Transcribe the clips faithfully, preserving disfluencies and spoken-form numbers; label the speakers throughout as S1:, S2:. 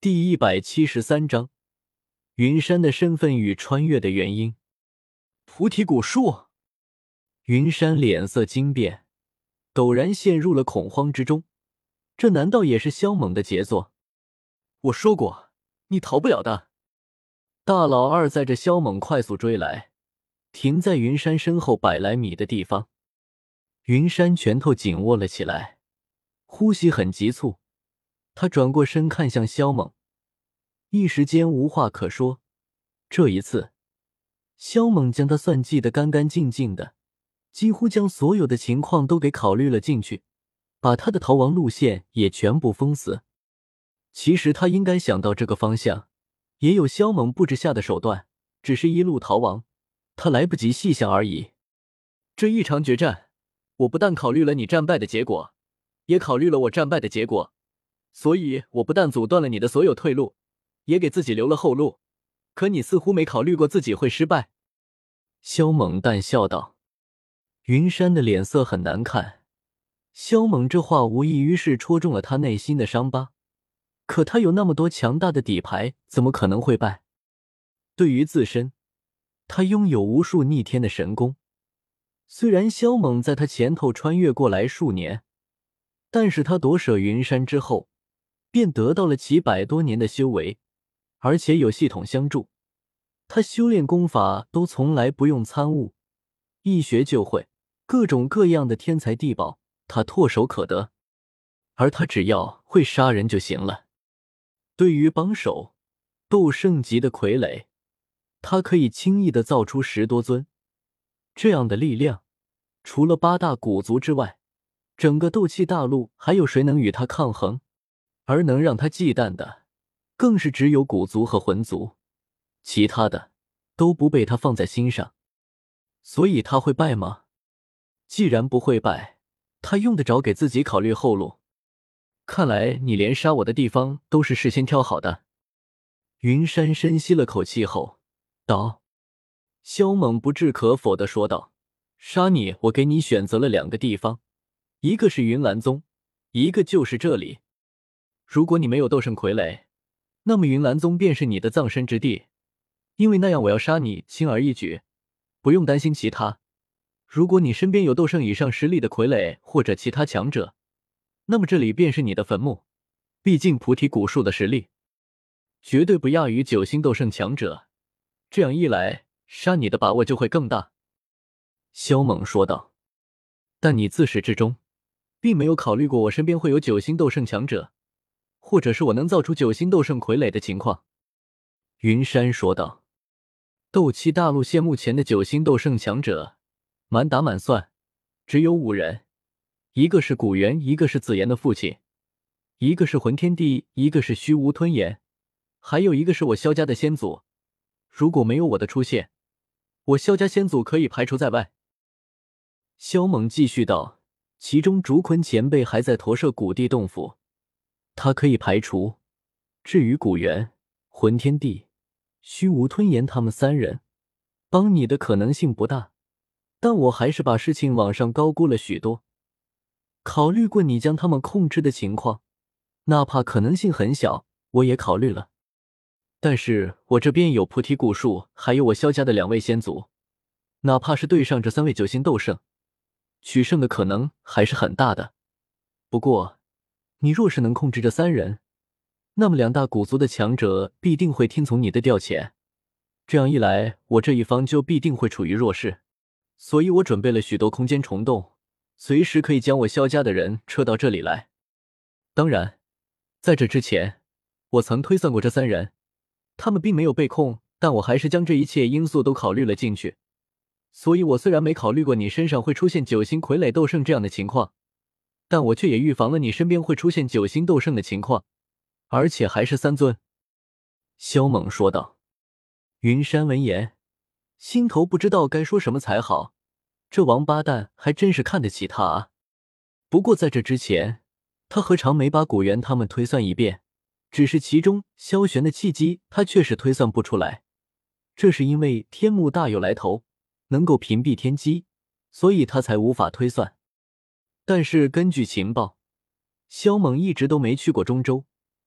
S1: 第一百七十三章，云山的身份与穿越的原因。菩提古树。云山脸色惊变，陡然陷入了恐慌之中。这难道也是萧猛的杰作？我说过，你逃不了的。大老二载着萧猛快速追来，停在云山身后百来米的地方。云山拳头紧握了起来，呼吸很急促。他转过身看向萧猛，一时间无话可说。这一次，萧猛将他算计得干干净净的，几乎将所有的情况都给考虑了进去，把他的逃亡路线也全部封死。其实他应该想到这个方向，也有萧猛布置下的手段，只是一路逃亡，他来不及细想而已。这一场决战，我不但考虑了你战败的结果，也考虑了我战败的结果，所以我不但阻断了你的所有退路，也给自己留了后路。可你似乎没考虑过自己会失败。萧猛淡笑道。云山的脸色很难看，萧猛这话无异于是戳中了他内心的伤疤。可他有那么多强大的底牌，怎么可能会败？对于自身，他拥有无数逆天的神功。虽然萧猛在他前头穿越过来数年，但是他夺舍云山之后，便得到了几百多年的修为，而且有系统相助。他修炼功法都从来不用参悟，一学就会，各种各样的天才地宝他唾手可得，而他只要会杀人就行了。对于帮手斗圣级的傀儡，他可以轻易地造出十多尊。这样的力量，除了八大古族之外，整个斗气大陆还有谁能与他抗衡？而能让他忌惮的，更是只有古族和魂族，其他的都不被他放在心上。所以他会败吗？既然不会败，他用得着给自己考虑后路。看来你连杀我的地方都是事先挑好的。云山深吸了口气后道。萧猛不置可否地说道，杀你我给你选择了两个地方，一个是云岚宗，一个就是这里。如果你没有斗圣傀儡，那么云岚宗便是你的葬身之地，因为那样我要杀你轻而易举，不用担心其他。如果你身边有斗圣以上实力的傀儡或者其他强者，那么这里便是你的坟墓。毕竟菩提古树的实力绝对不亚于九星斗圣强者，这样一来杀你的把握就会更大。萧猛说道。但你自始至终并没有考虑过我身边会有九星斗圣强者，或者是我能造出九星斗圣傀儡的情况。云山说道。斗气大陆现目前的九星斗圣强者，满打满算只有五人，一个是古元，一个是紫妍的父亲，一个是魂天帝，一个是虚无吞炎，还有一个是我萧家的先祖。如果没有我的出现，我萧家先祖可以排除在外。萧猛继续道，其中竹坤前辈还在驼舍古地洞府，他可以排除。至于古元、魂天帝、虚无吞炎他们三人，帮你的可能性不大，但我还是把事情往上高估了许多。考虑过你将他们控制的情况，哪怕可能性很小，我也考虑了。但是我这边有菩提古树，还有我萧家的两位先祖，哪怕是对上这三位九星斗圣，取胜的可能还是很大的。不过你若是能控制这三人，那么两大古族的强者必定会听从你的调遣，这样一来我这一方就必定会处于弱势。所以我准备了许多空间虫洞，随时可以将我萧家的人撤到这里来。当然在这之前我曾推算过这三人，他们并没有被控，但我还是将这一切因素都考虑了进去。所以我虽然没考虑过你身上会出现九星傀儡斗圣这样的情况，但我却也预防了你身边会出现九星斗圣的情况，而且还是三尊。萧猛说道。云山闻言，心头不知道该说什么才好，这王八蛋还真是看得起他啊。不过在这之前，他何尝没把古元他们推算一遍，只是其中萧玄的契机他确实推算不出来。这是因为天幕大有来头，能够屏蔽天机，所以他才无法推算。但是根据情报，萧猛一直都没去过中州，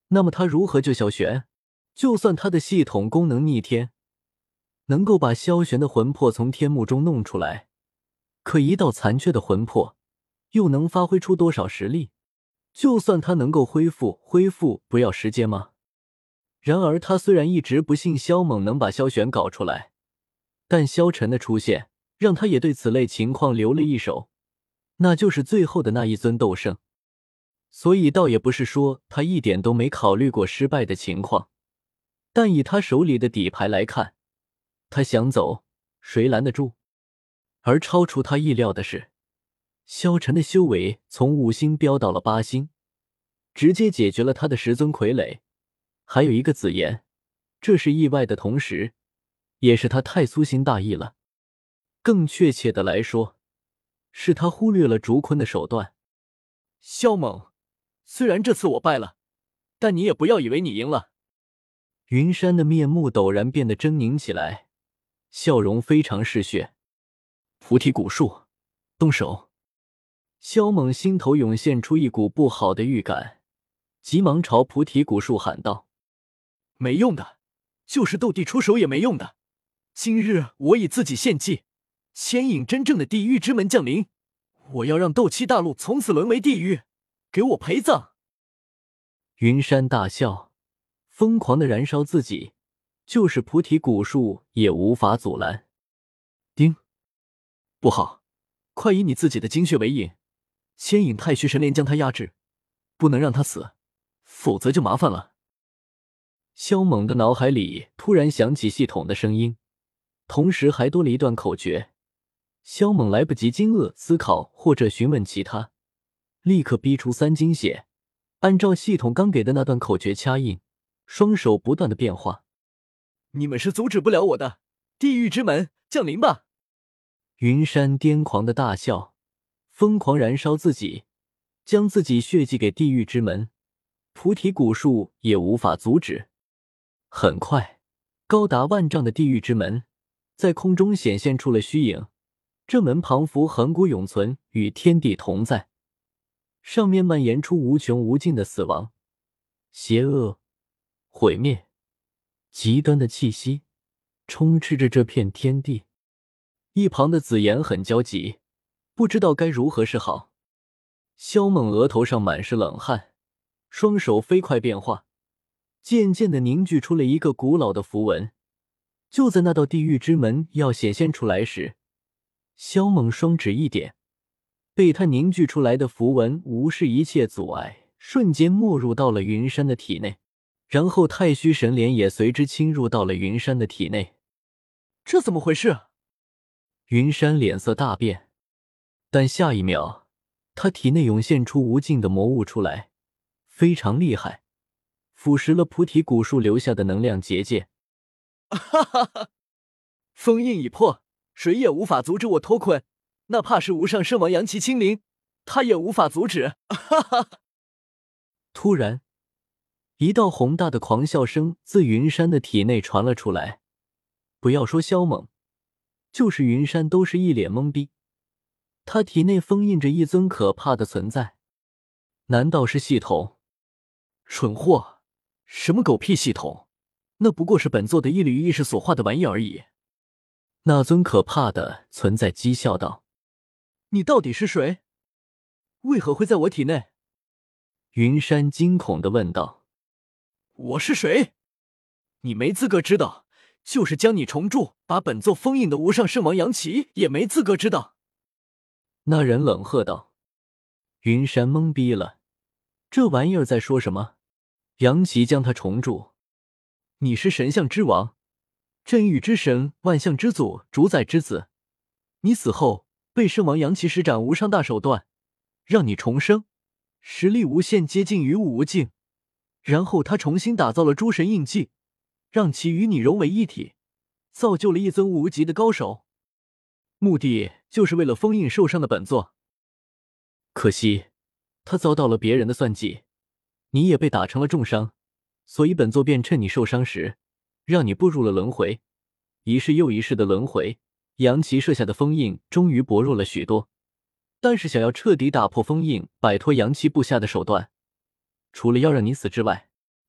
S1: 那么他如何救萧玄？就算他的系统功能逆天，能够把萧玄的魂魄从天幕中弄出来，可一道残缺的魂魄又能发挥出多少实力？就算他能够恢复，恢复不要时间吗？然而他虽然一直不信萧猛能把萧玄搞出来，但萧晨的出现让他也对此类情况留了一手，那就是最后的那一尊斗圣。所以倒也不是说他一点都没考虑过失败的情况，但以他手里的底牌来看，他想走，谁拦得住？而超出他意料的是，萧晨的修为从五星飙到了八星，直接解决了他的十尊傀儡，还有一个紫炎。这是意外的同时，也是他太粗心大意了。更确切的来说，是他忽略了竹坤的手段。萧猛，虽然这次我败了，但你也不要以为你赢了。云山的面目陡然变得狰狞起来，笑容非常嗜血。菩提古树，动手！萧猛心头涌现出一股不好的预感，急忙朝菩提古树喊道：没用的，就是斗帝出手也没用的。今日我以自己献祭，牵引真正的地狱之门降临，我要让斗气大陆从此沦为地狱，给我陪葬！云山大笑，疯狂地燃烧自己，就是菩提古树也无法阻拦。丁，不好，快以你自己的精血为引，牵引太虚神莲将他压制，不能让他死，否则就麻烦了。萧猛的脑海里突然响起系统的声音，同时还多了一段口诀。萧猛来不及惊愕思考或者询问其他，立刻逼出三精血，按照系统刚给的那段口诀掐印，双手不断的变化。你们是阻止不了我的，地狱之门降临吧！云山癫狂的大笑，疯狂燃烧自己，将自己血祭给地狱之门，菩提古树也无法阻止。很快，高达万丈的地狱之门在空中显现出了虚影，这门庞符恒古永存，与天地同在，上面蔓延出无穷无尽的死亡、邪恶、毁灭、极端的气息，充斥着这片天地。一旁的紫妍很焦急，不知道该如何是好。萧猛额头上满是冷汗，双手飞快变化，渐渐地凝聚出了一个古老的符文。就在那道地狱之门要显现出来时，萧猛双指一点，被他凝聚出来的符文无视一切阻碍，瞬间没入到了云山的体内，然后太虚神莲也随之侵入到了云山的体内。这怎么回事？云山脸色大变，但下一秒，他体内涌现出无尽的魔物出来，非常厉害，腐蚀了菩提古树留下的能量结界。哈哈哈！封印已破，谁也无法阻止我脱困，哪怕是无上圣王杨奇亲临，他也无法阻止。哈哈！突然，一道宏大的狂笑声自云山的体内传了出来。不要说萧猛，就是云山都是一脸懵逼。他体内封印着一尊可怕的存在，难道是系统？蠢货，什么狗屁系统？那不过是本座的一缕意识所化的玩意而已。那尊可怕的存在讥笑道：你到底是谁？为何会在我体内？云山惊恐地问道：我是谁？你没资格知道，就是将你重铸把本座封印的无上圣王杨奇也没资格知道。那人冷喝道。云山懵逼了，这玩意儿在说什么？杨奇将他重铸？你是神象之王，镇狱之神，万象之祖，主宰之子。你死后被圣王杨奇施展无上大手段，让你重生，实力无限接近于无无尽。然后他重新打造了诸神印记，让其与你融为一体，造就了一尊无极的高手。目的就是为了封印受伤的本座。可惜他遭到了别人的算计，你也被打成了重伤，所以本座便趁你受伤时，让你步入了轮回。一世又一世的轮回，杨奇设下的封印终于薄弱了许多。但是想要彻底打破封印，摆脱杨奇布下的手段，除了要让你死之外，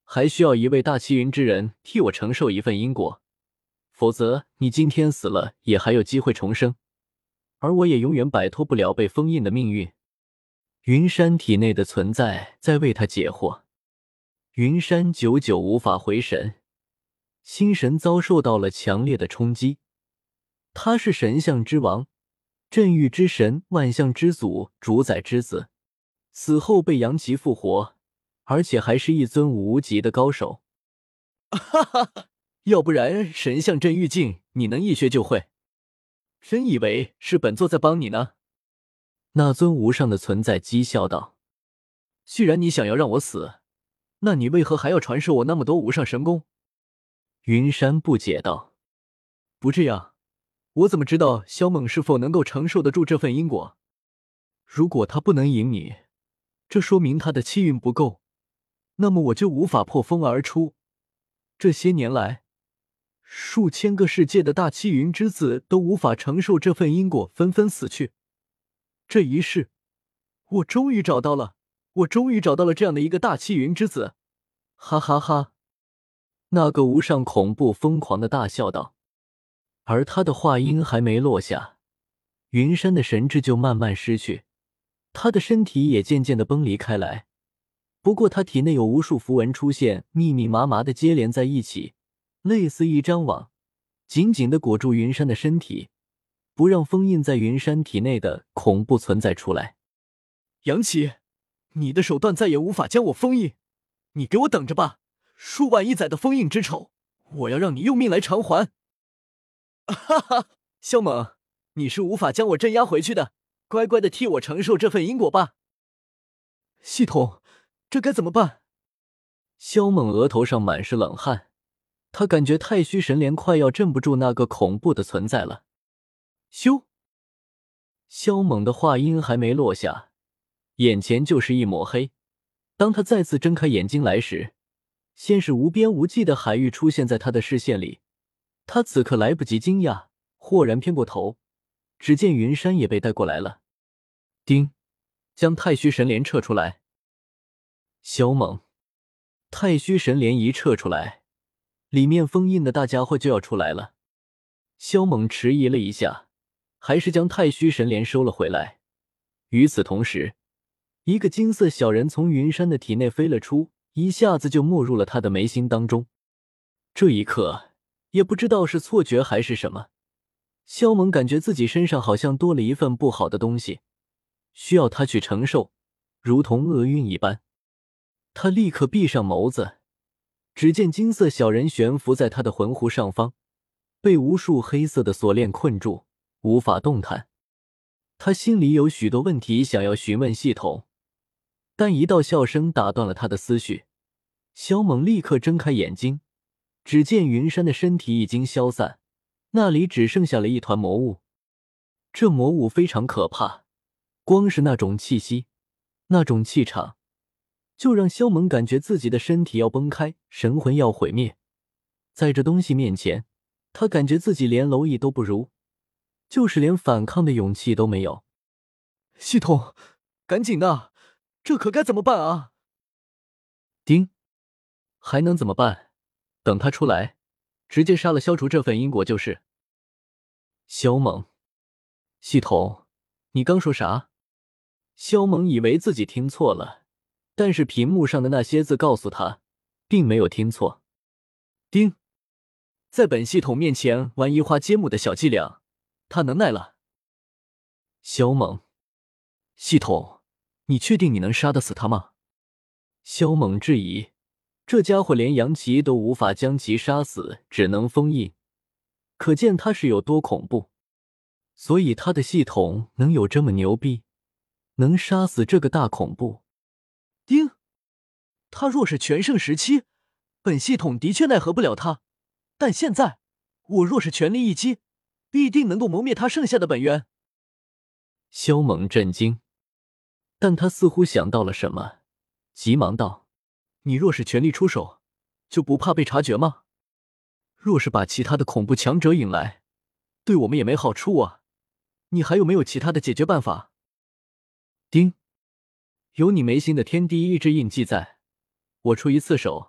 S1: 还需要一位大气云之人替我承受一份因果，否则你今天死了也还有机会重生，而我也永远摆脱不了被封印的命运。云山体内的存在在为他解惑。云山久久无法回神，心神遭受到了强烈的冲击。他是神象之王，镇狱之神，万象之祖，主宰之子，死后被杨奇复活，而且还是一尊无极的高手。哈哈哈，要不然神象镇狱境你能一学就会？真以为是本座在帮你呢？那尊无上的存在讥笑道。既然你想要让我死，那你为何还要传授我那么多无上神功？云山不解道。不这样，我怎么知道萧猛是否能够承受得住这份因果？如果他不能赢你，这说明他的气运不够，那么我就无法破风而出。这些年来，数千个世界的大气云之子都无法承受这份因果，纷纷死去。这一世，我终于找到了，我终于找到了这样的一个大气云之子，哈哈哈！那个无上恐怖疯狂的大笑道。而他的话音还没落下，云山的神智就慢慢失去，他的身体也渐渐地崩离开来。不过他体内有无数符文出现，密密麻麻地接连在一起，类似一张网，紧紧地裹住云山的身体，不让封印在云山体内的恐怖存在出来。杨奇，你的手段再也无法将我封印，你给我等着吧，数万亿载的封印之仇，我要让你用命来偿还。哈哈，萧猛，你是无法将我镇压回去的，乖乖的替我承受这份因果吧。系统，这该怎么办？萧猛额头上满是冷汗，他感觉太虚神莲快要镇不住那个恐怖的存在了。咻！萧猛的话音还没落下，眼前就是一抹黑。当他再次睁开眼睛来时，先是无边无际的海域出现在他的视线里。他此刻来不及惊讶，豁然偏过头，只见云山也被带过来了。丁，将太虚神莲撤出来。萧猛，太虚神莲一撤出来，里面封印的大家伙就要出来了。萧猛迟疑了一下，还是将太虚神莲收了回来。与此同时，一个金色小人从云山的体内飞了出，一下子就没入了他的眉心当中。这一刻，也不知道是错觉还是什么，萧猛感觉自己身上好像多了一份不好的东西，需要他去承受，如同厄运一般。他立刻闭上眸子，只见金色小人悬浮在他的魂湖上方，被无数黑色的锁链困住，无法动弹。他心里有许多问题想要询问系统，但一道笑声打断了他的思绪。萧猛立刻睁开眼睛，只见云山的身体已经消散，那里只剩下了一团魔雾。这魔雾非常可怕，光是那种气息，那种气场，就让萧猛感觉自己的身体要崩开，神魂要毁灭。在这东西面前，他感觉自己连蝼蚁都不如，就是连反抗的勇气都没有。系统，赶紧的，这可该怎么办啊？丁，还能怎么办？等他出来，直接杀了消除这份因果就是。萧猛，系统，你刚说啥？萧猛以为自己听错了，但是屏幕上的那些字告诉他，并没有听错。丁，在本系统面前玩移花接木的小伎俩，他能耐了。萧猛，系统，你确定你能杀得死他吗？萧猛质疑。这家伙连杨奇都无法将其杀死，只能封印，可见他是有多恐怖。所以他的系统能有这么牛逼，能杀死这个大恐怖。丁，他若是全盛时期，本系统的确奈何不了他，但现在我若是全力一击，必定能够磨灭他剩下的本源。萧猛震惊，但他似乎想到了什么，急忙道：你若是全力出手，就不怕被察觉吗？若是把其他的恐怖强者引来，对我们也没好处啊。你还有没有其他的解决办法？丁，有你眉心的天地意志印记在，我出一次手，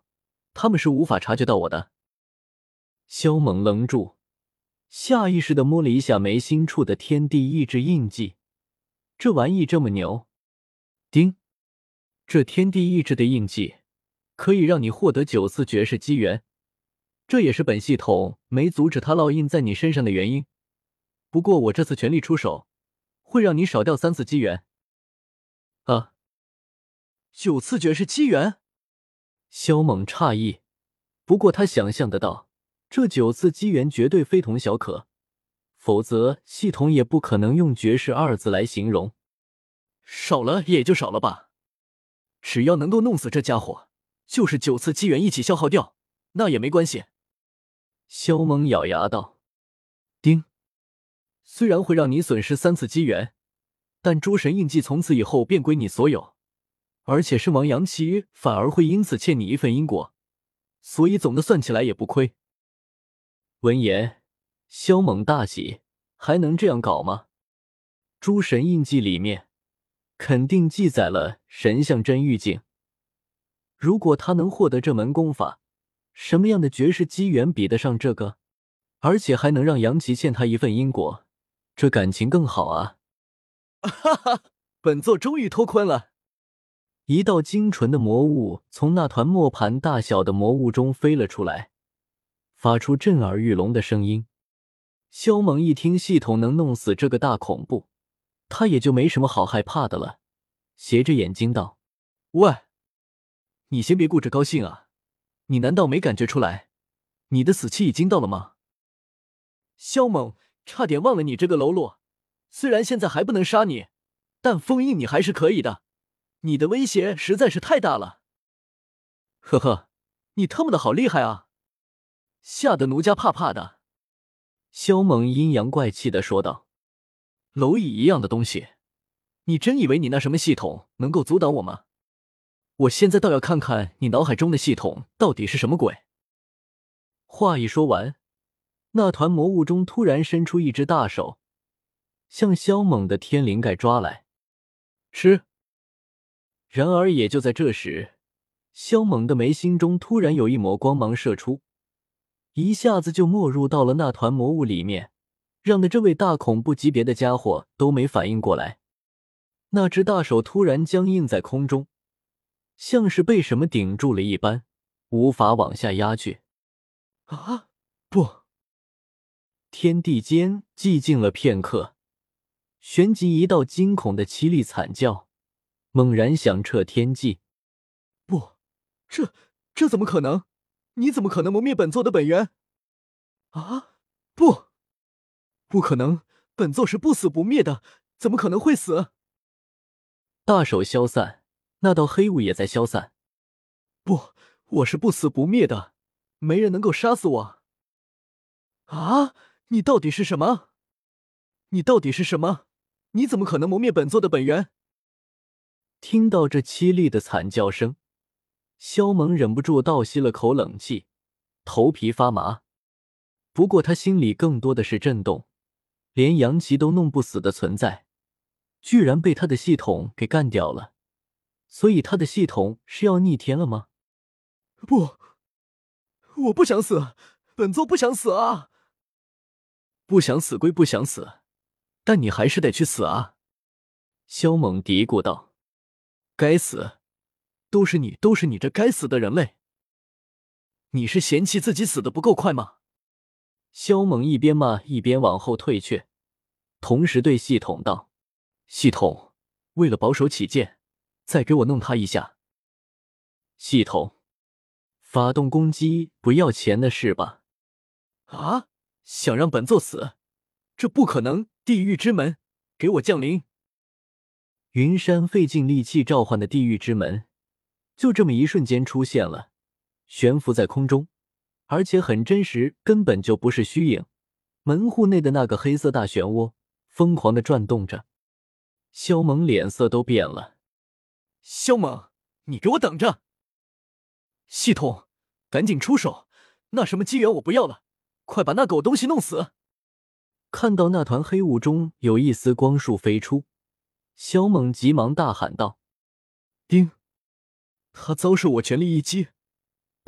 S1: 他们是无法察觉到我的。萧猛愣住，下意识地摸了一下眉心处的天地意志印记，这玩意这么牛。丁，这天地意志的印记可以让你获得九次绝世机缘，这也是本系统没阻止它烙印在你身上的原因。不过我这次全力出手，会让你少掉三次机缘。啊，九次绝世机缘？萧猛诧异，不过他想象得到，这九次机缘绝对非同小可，否则系统也不可能用绝世二字来形容。少了也就少了吧，只要能够弄死这家伙，就是九次机缘一起消耗掉，那也没关系。萧猛咬牙道。丁，虽然会让你损失三次机缘，但诸神印记从此以后便归你所有，而且身亡阳气反而会因此欠你一份因果，所以总的算起来也不亏。闻言，萧猛大喜，还能这样搞吗？诸神印记里面肯定记载了神象真玉镜，如果他能获得这门功法，什么样的绝世机缘比得上这个？而且还能让杨琪欠他一份因果，这感情更好啊！哈哈，本座终于脱困了。一道精纯的魔物从那团磨盘大小的魔物中飞了出来，发出震耳欲聋的声音。萧猛一听系统能弄死这个大恐怖，他也就没什么好害怕的了，斜着眼睛道：喂，你先别顾着高兴啊，你难道没感觉出来你的死期已经到了吗？萧猛，差点忘了你这个喽啰，虽然现在还不能杀你，但封印你还是可以的，你的威胁实在是太大了。呵呵，你特么的好厉害啊，吓得奴家怕怕的。萧猛阴阳怪气地说道。蝼蚁一样的东西，你真以为你那什么系统能够阻挡我吗？我现在倒要看看你脑海中的系统到底是什么鬼。话一说完，那团魔物中突然伸出一只大手，向萧猛的天灵盖抓来。吃！然而也就在这时，萧猛的眉心中突然有一抹光芒射出，一下子就没入到了那团魔物里面，让的这位大恐怖级别的家伙都没反应过来。那只大手突然僵硬在空中，像是被什么顶住了一般，无法往下压去。啊！不！天地间寂静了片刻，旋即一道惊恐的凄厉惨叫猛然响彻天际。不，这这怎么可能？你怎么可能磨灭本座的本源？啊！不，不可能，本座是不死不灭的，怎么可能会死？大手消散，那道黑雾也在消散。不，我是不死不灭的，没人能够杀死我。啊！你到底是什么？你到底是什么？你怎么可能磨灭本座的本源？听到这凄厉的惨叫声，萧猛忍不住倒吸了口冷气，头皮发麻。不过他心里更多的是震动，连杨琪都弄不死的存在，居然被他的系统给干掉了。所以他的系统是要逆天了吗？不，我不想死，本座不想死啊！不想死归不想死，但你还是得去死啊！萧猛嘀咕道。该死，都是你，都是你这该死的人类！你是嫌弃自己死得不够快吗？萧猛一边骂一边往后退却，同时对系统道：系统，为了保守起见，再给我弄他一下。系统，发动攻击不要钱的是吧？啊！想让本座死？这不可能！地狱之门，给我降临！云山费尽力气召唤的地狱之门，就这么一瞬间出现了，悬浮在空中，而且很真实，根本就不是虚影。门户内的那个黑色大漩涡疯狂地转动着，萧猛脸色都变了。萧猛，你给我等着！系统，赶紧出手！那什么机缘我不要了，快把那狗东西弄死！看到那团黑雾中有一丝光束飞出，萧猛急忙大喊道：丁！他遭受我全力一击，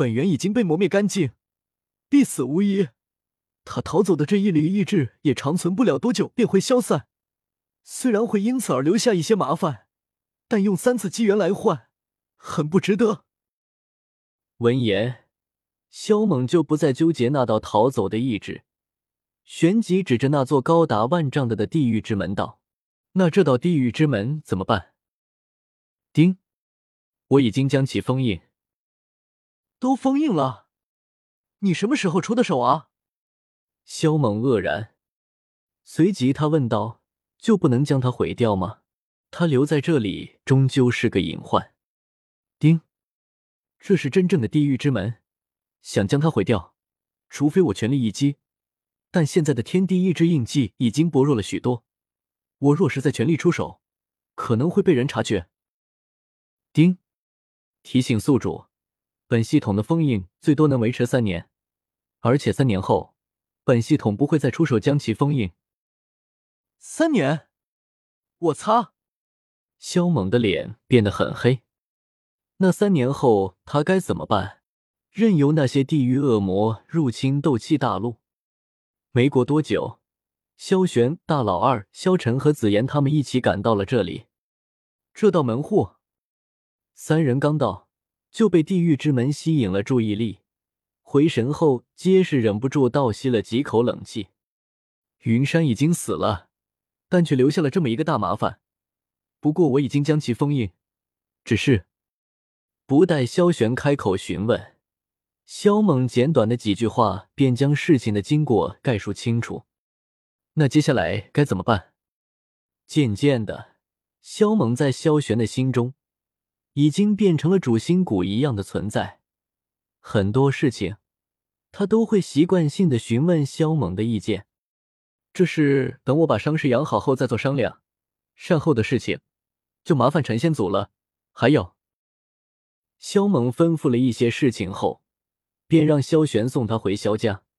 S2: 本源已经被磨灭干净，必死无疑。他逃走的这一缕意志也长存不了多久，便会消散。虽然会因此而留下一些麻烦，但用三次机缘来换，很不值得。
S1: 闻言，萧猛就不再纠结那道逃走的意志，旋即指着那座高达万丈的的地狱之门道：“那这道地狱之门怎么办？”丁，我已经将其封印。
S2: 都封印了？你什么时候出的手啊？
S1: 萧猛愕然，随即他问道：“就不能将它毁掉吗？他留在这里终究是个隐患。”丁，这是真正的地狱之门，想将它毁掉，除非我全力一击。但现在的天地意志印记已经薄弱了许多，我若是再全力出手，可能会被人察觉。丁，提醒宿主，本系统的封印最多能维持三年，而且三年后，本系统不会再出手将其封印。
S2: 三年？我擦！
S1: 萧猛的脸变得很黑。那三年后他该怎么办？任由那些地狱恶魔入侵斗气大陆？没过多久，萧玄、大老二、萧晨和紫妍他们一起赶到了这里。这道门户，三人刚到，就被地狱之门吸引了注意力。回神后，皆是忍不住倒吸了几口冷气。云山已经死了，但却留下了这么一个大麻烦。不过我已经将其封印，只是……不待萧玄开口询问，萧猛简短的几句话便将事情的经过概述清楚。那接下来该怎么办？渐渐的，萧猛在萧玄的心中已经变成了主心骨一样的存在。很多事情，他都会习惯性的询问萧猛的意见。这事等我把伤势养好后再做商量，善后的事情就麻烦陈先祖了。还有，萧猛吩咐了一些事情后，便让萧玄送他回萧家。